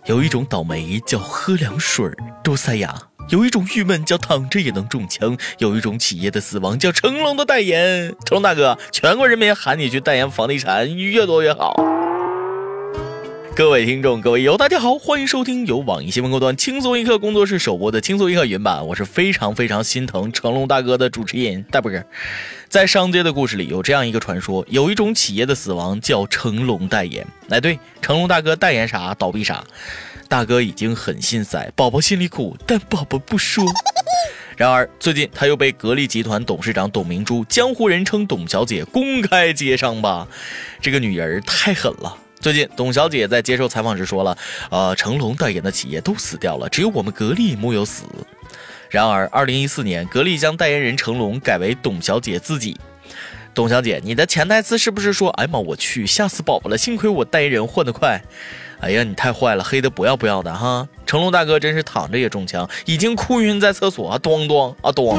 有一种倒霉叫喝凉水都塞牙，有一种郁闷叫躺着也能中枪，有一种企业的死亡叫成龙的代言。成龙大哥，全国人民喊你去代言房地产，越多越好。各位听众，各位友，大家好，欢迎收听由网易新闻客户端轻松一刻工作室首播的轻松一刻云版，我是非常心疼成龙大哥的主持人大波哥。在上街的故事里有这样一个传说，有一种企业的死亡叫成龙代言。哎，对，成龙大哥代言啥倒闭啥。大哥已经很心塞，宝宝心里苦，但宝宝不说。然而最近他又被格力集团董事长董明珠，江湖人称董小姐，公开揭伤疤。这个女人太狠了。最近董小姐在接受采访时说了，成龙代言的企业都死掉了，只有我们格力没有死。然而2014年格力将代言人成龙改为董小姐自己。董小姐，你的潜台词是不是说，哎妈，我去，吓死宝宝了，幸亏我代言人换得快。哎呀，你太坏了，黑的不要的哈！成龙大哥真是躺着也中枪，已经哭晕在厕所啊，咚咚啊咚。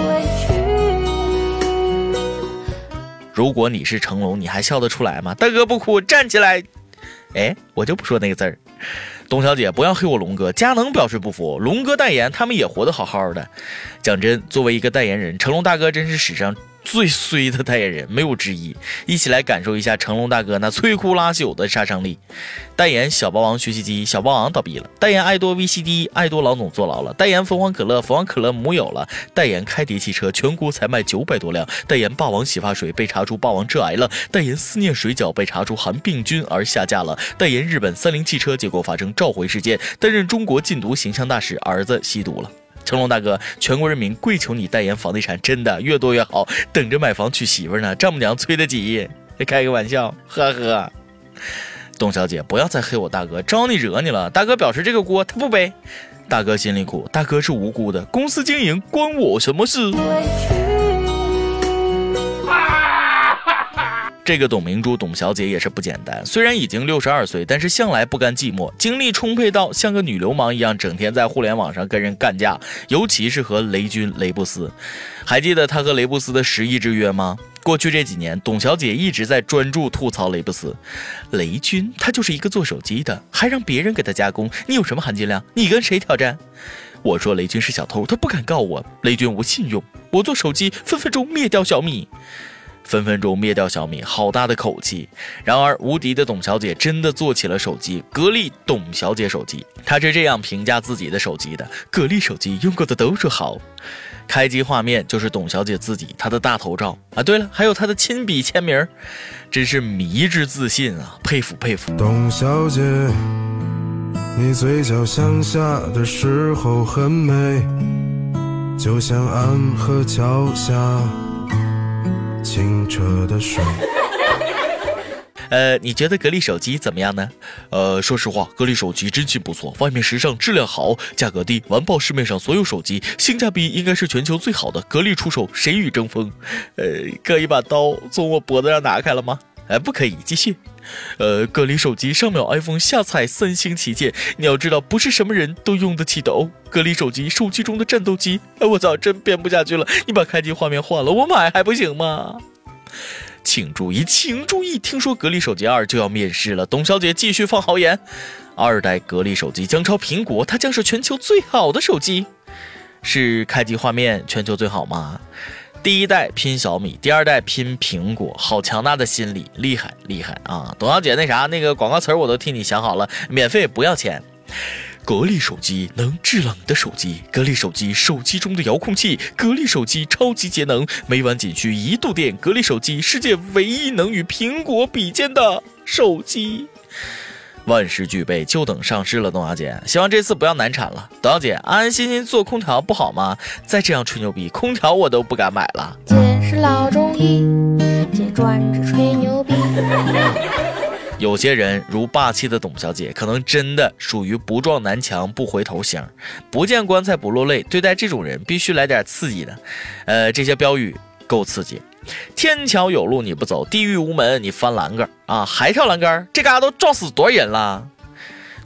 如果你是成龙，你还笑得出来吗？大哥不哭，站起来。哎，我就不说那个字儿。董小姐，不要黑我龙哥，佳能表示不服，龙哥代言他们也活得好好的。讲真，作为一个代言人，成龙大哥真是史上最衰的代言人，没有之一。一起来感受一下成龙大哥那摧枯拉朽的杀伤力。代言小霸王学习机，小霸王倒闭了；代言爱多 VCD， 爱多老总坐牢了；代言凤凰可乐，凤凰可乐木有了；代言开迪汽车，全国才卖900多辆；代言霸王洗发水，被查出霸王致癌了；代言思念水饺，被查出含病菌而下架了；代言日本30汽车，结果发生召回事件；担任中国禁毒形象大使，儿子吸毒了。成龙大哥，全国人民跪求你代言房地产，真的越多越好，等着买房娶媳妇呢，丈母娘催得急。开个玩笑，呵呵。董小姐，不要再黑我大哥，招你惹你了。大哥表示这个锅他不背，大哥心里苦，大哥是无辜的，公司经营关我什么事？这个董明珠董小姐也是不简单，虽然已经62岁，但是向来不甘寂寞，精力充沛到像个女流氓一样，整天在互联网上跟人干架，尤其是和雷军雷布斯。还记得他和雷布斯的10亿之约吗？过去这几年，董小姐一直在专注吐槽雷布斯。雷军他就是一个做手机的，还让别人给他加工，你有什么含金量？你跟谁挑战？我说雷军是小偷，他不敢告我。雷军无信用，我做手机分分钟灭掉小米。分分钟灭掉小米，好大的口气。然而无敌的董小姐真的做起了手机，格力董小姐手机。她是这样评价自己的手机的：格力手机用过的都说好。开机画面就是董小姐自己，她的大头照啊。对了，还有她的亲笔签名，真是迷之自信啊，佩服佩服。 董小姐，你嘴角向下的时候很美，就像安河桥下清澈的水。 你觉得格力手机怎么样呢？说实话，格力手机真心不错，外面时尚，质量好，价格低，完爆市面上所有手机，性价比应该是全球最好的。格力出手，谁与争锋？可以把刀从我脖子上拿开了吗？不可以，继续。格力手机上秒 iPhone， 下踩3星旗舰。你要知道，不是什么人都用得起的哦。格力手机，手机中的战斗机。我操，真编不下去了，你把开机画面换了，我买还不行吗？请注意，听说格力手机2就要面世了。董小姐继续放豪言，2代格力手机将超苹果，它将是全球最好的手机。是开机画面全球最好吗？第一代拼小米，第2代拼苹果，好强大的心理，厉害啊！董小姐，那个广告词我都替你想好了，免费不要钱。格力手机能制冷的手机，格力手机手机中的遥控器，格力手机超级节能，每晚仅需1度电，格力手机世界唯一能与苹果比肩的手机。万事俱备，就等上市了，董小姐，希望这次不要难产了。董小姐，安安心心做空调不好吗？再这样吹牛逼，空调我都不敢买了。 姐是老中医，姐专治吹牛逼。 有些人如霸气的董小姐，可能真的属于不撞南墙不回头型，不见棺材不落泪。对待这种人，必须来点刺激的。这些标语够刺激。天桥有路你不走，地狱无门你翻栏杆啊，还跳栏杆，这嘎都撞死多少人了？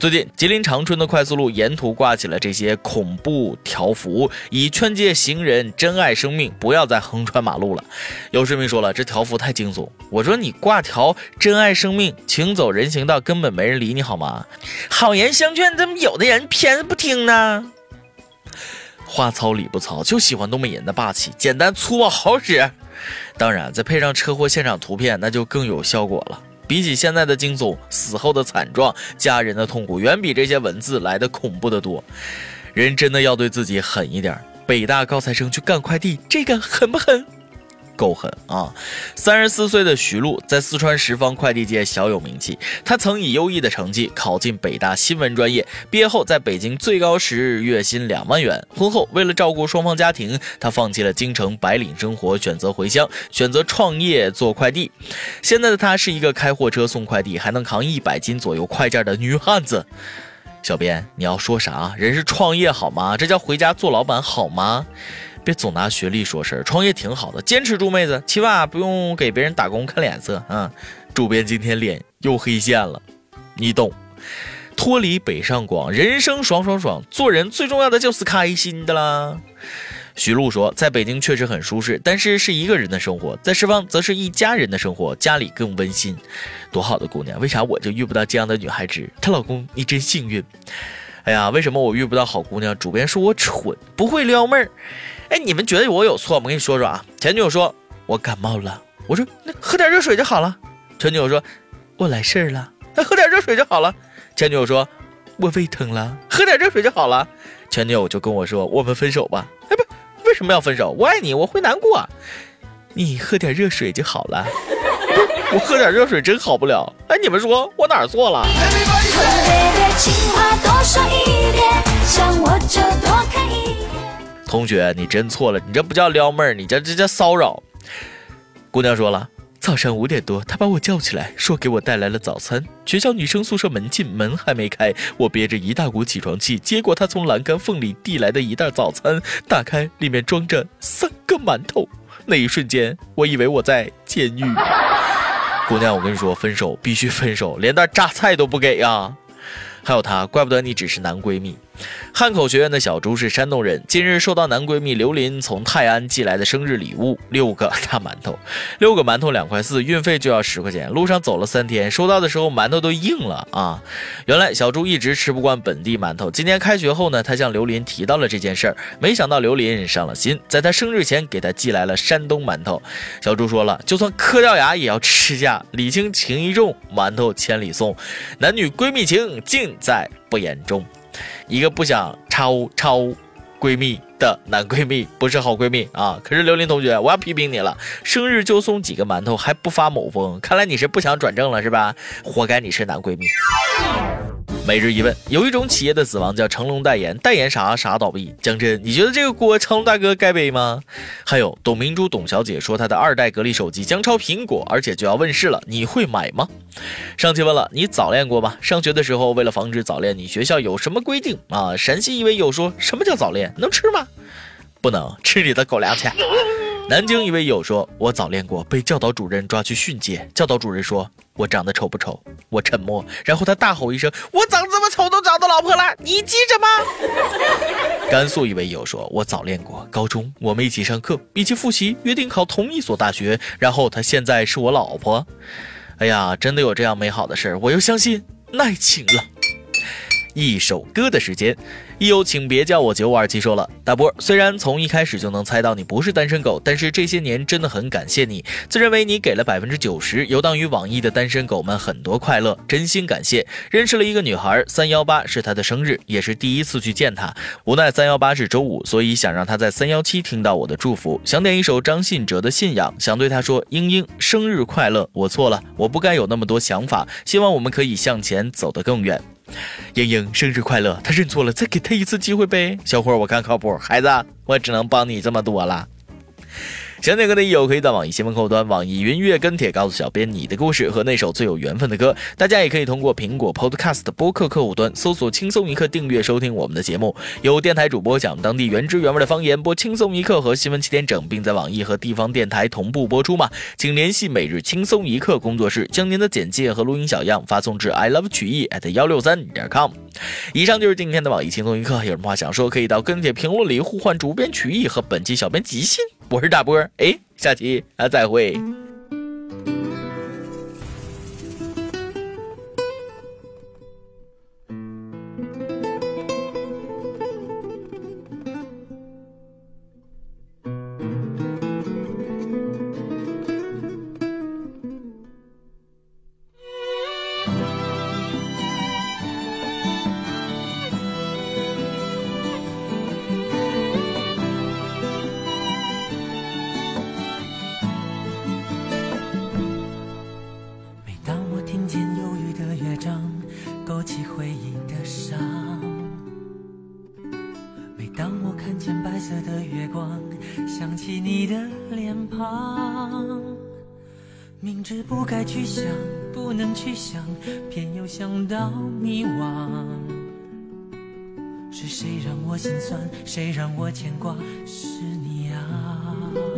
最近吉林长春的快速路沿途挂起了这些恐怖条幅，以劝诫行人珍爱生命，不要再横穿马路了。有市民说了，这条幅太惊悚。我说你挂条珍爱生命，请走人行道，根本没人理你好吗？好言相劝，怎么有的人偏是不听呢？话糙理不糙，就喜欢东北人的霸气，简单粗暴好使。当然再配上车祸现场图片，那就更有效果了。比起现在的惊悚，死后的惨状，家人的痛苦远比这些文字来的恐怖得多。人真的要对自己狠一点。北大高材生去干快递，这个狠不狠？够狠啊！34岁的徐璐在四川什邡快递界小有名气，他曾以优异的成绩考进北大新闻专业，毕业后在北京最高时月薪2万元。婚后为了照顾双方家庭，他放弃了京城白领生活，选择回乡，选择创业做快递。现在的他是一个开货车送快递还能扛100斤左右快件的女汉子。小编，你要说啥？人是创业好吗？这叫回家做老板好吗？别总拿学历说事儿，创业挺好的，坚持住妹子，起码不用给别人打工看脸色啊。主编今天脸又黑线了，你懂。脱离北上广，人生爽爽爽，做人最重要的就是开心的啦。徐璐说，在北京确实很舒适，但是是一个人的生活，在什邡则是一家人的生活，家里更温馨。多好的姑娘，为啥我就遇不到这样的女孩子？她老公你真幸运。哎呀，为什么我遇不到好姑娘？主编说我蠢，不会撩妹儿。哎，你们觉得我有错吗？我跟你说说啊，前女友说我感冒了，我说那喝点热水就好了。前女友说我来事儿了，那喝点热水就好了。前女友说我胃疼了，喝点热水就好了。前女友就跟我说我们分手吧。哎，不，为什么要分手？我爱你，我会难过。你喝点热水就好了。我喝点热水真好不了。哎，你们说我哪儿错了？同学，你真错了，你这不叫撩妹儿，你这叫骚扰。姑娘说了，早上5点多，他把我叫起来，说给我带来了早餐。学校女生宿舍门禁，门还没开，我憋着一大股起床气，接过他从栏杆缝里递来的一袋早餐，打开，里面装着3个馒头。那一瞬间，我以为我在监狱。姑娘，我跟你说，分手必须分手，连袋榨菜都不给呀。还有她，怪不得你只是男闺蜜。汉口学院的小朱是山东人，近日收到男闺蜜刘林从泰安寄来的生日礼物，6个大馒头，6个馒头2块4，运费就要10块钱。路上走了3天，收到的时候馒头都硬了啊！原来小朱一直吃不惯本地馒头，今年开学后呢，他向刘林提到了这件事儿，没想到刘林上了心，在他生日前给他寄来了山东馒头。小朱说了，就算磕掉牙也要吃下，礼轻情意重，馒头千里送，男女闺蜜情尽在不言中。一个不想超闺蜜的男闺蜜不是好闺蜜啊！可是刘林同学，我要批评你了，生日就送几个馒头还不发某风，看来你是不想转正了是吧？活该你是男闺蜜。每日一问，有一种企业的死亡叫成龙代言，代言啥倒闭。讲真，你觉得这个锅成龙大哥该背吗？还有董明珠董小姐说她的2代格力手机将超苹果，而且就要问世了，你会买吗？上期问了，你早恋过吗？上学的时候为了防止早恋，你学校有什么规定啊？陕西一位友说，什么叫早恋？能吃吗？不能吃你的狗粮去。南京一位友说，我早恋过，被教导主任抓去训诫。教导主任说，我长得丑不丑？我沉默，然后他大吼一声，我长这么丑都找到老婆了，你急什么？甘肃一位友说，我早恋过，高中我们一起上课，一起复习，约定考同一所大学，然后他现在是我老婆。哎呀，真的有这样美好的事儿，我又相信爱情了。一首歌的时间，一友请别叫我957说了，大波，虽然从一开始就能猜到你不是单身狗，但是这些年真的很感谢你，自认为你给了90%游荡于网易的单身狗们很多快乐，真心感谢。认识了一个女孩，318是她的生日，也是第一次去见她，无奈318是周五，所以想让她在317听到我的祝福，想点一首张信哲的信仰，想对她说，英英生日快乐，我错了，我不该有那么多想法，希望我们可以向前走得更远。英英生日快乐，他认错了，再给他一次机会呗。小伙我看靠谱，孩子我只能帮你这么多了。 想点歌的益友可以在网易新闻客户端、网易云音乐跟帖告诉小编你的故事和那首最有缘分的歌。大家也可以通过苹果 Podcast 播客客户端搜索轻松一刻订阅收听我们的节目。有电台主播讲当地原汁原味的方言，播轻松一刻和新闻7点整，并在网易和地方电台同步播出吗？请联系每日轻松一刻工作室，将您的简介和录音小样发送至 iLoveChüyi@163.com。以上就是今天的网易轻松一刻，有什么话想说可以到跟帖评论里互换主编曲艺和本期小编即兴。我是大波，下期再会。 勾起回忆的伤，每当我看见白色的月光，想起你的脸庞，明知不该去想，不能去想，偏又想到迷惘。是谁让我心酸，谁让我牵挂，是你啊。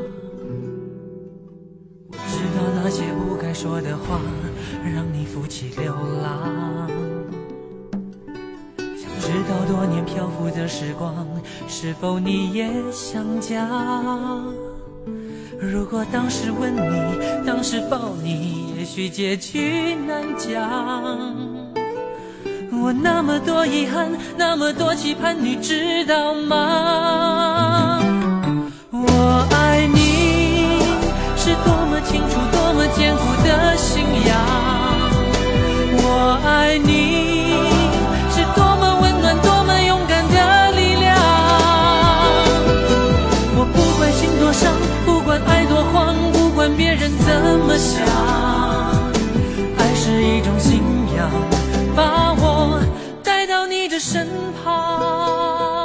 我知道那些不该说的话，让你负起流浪。直到多年漂浮的时光，是否你也想家？如果当时吻你，当时抱你，也许结局难讲。我那么多遗憾，那么多期盼，你知道吗？我爱你，是多么清楚，多么坚固的信仰。我爱你，不管爱多慌，不管别人怎么想，爱是一种信仰，把我带到你的身旁。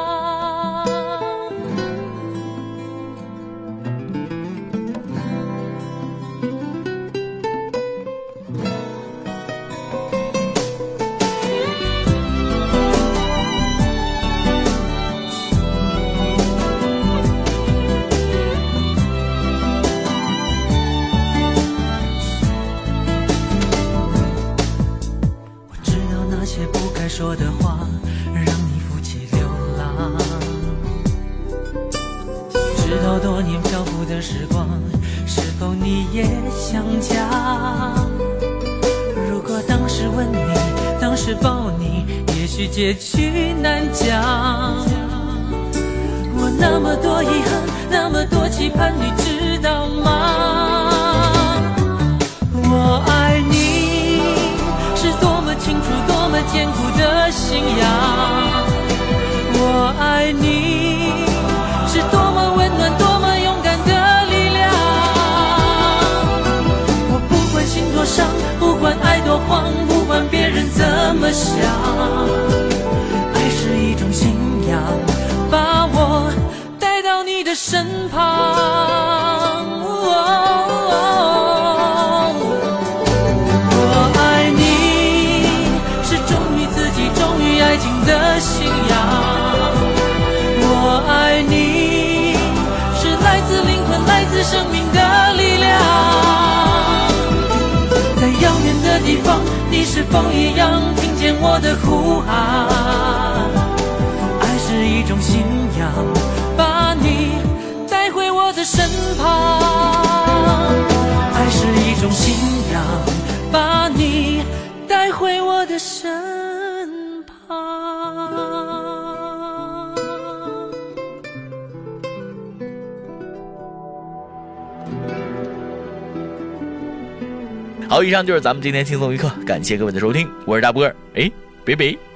说的话让你负起流浪，直到多年漂浮的时光，是否你也想家？如果当时吻你，当时抱你，也许结局难讲。我那么多遗憾，那么多期盼，你知道吗？我爱你，是多么清楚，多么坚固的信仰。我爱你，是多么温暖，多么勇敢的力量。我不管心多伤，不管爱多慌，不管别人怎么想，爱是一种信仰，把我带到你的身旁。爱情的信仰，我爱你，是来自灵魂，来自生命的力量。在遥远的地方，你是否一样听见我的呼喊？爱是一种信仰，把你带回我的身旁。爱是一种信仰，把你带回我的身旁。 好，以上就是咱们今天轻松一刻，感谢各位的收听，我是大波，拜拜。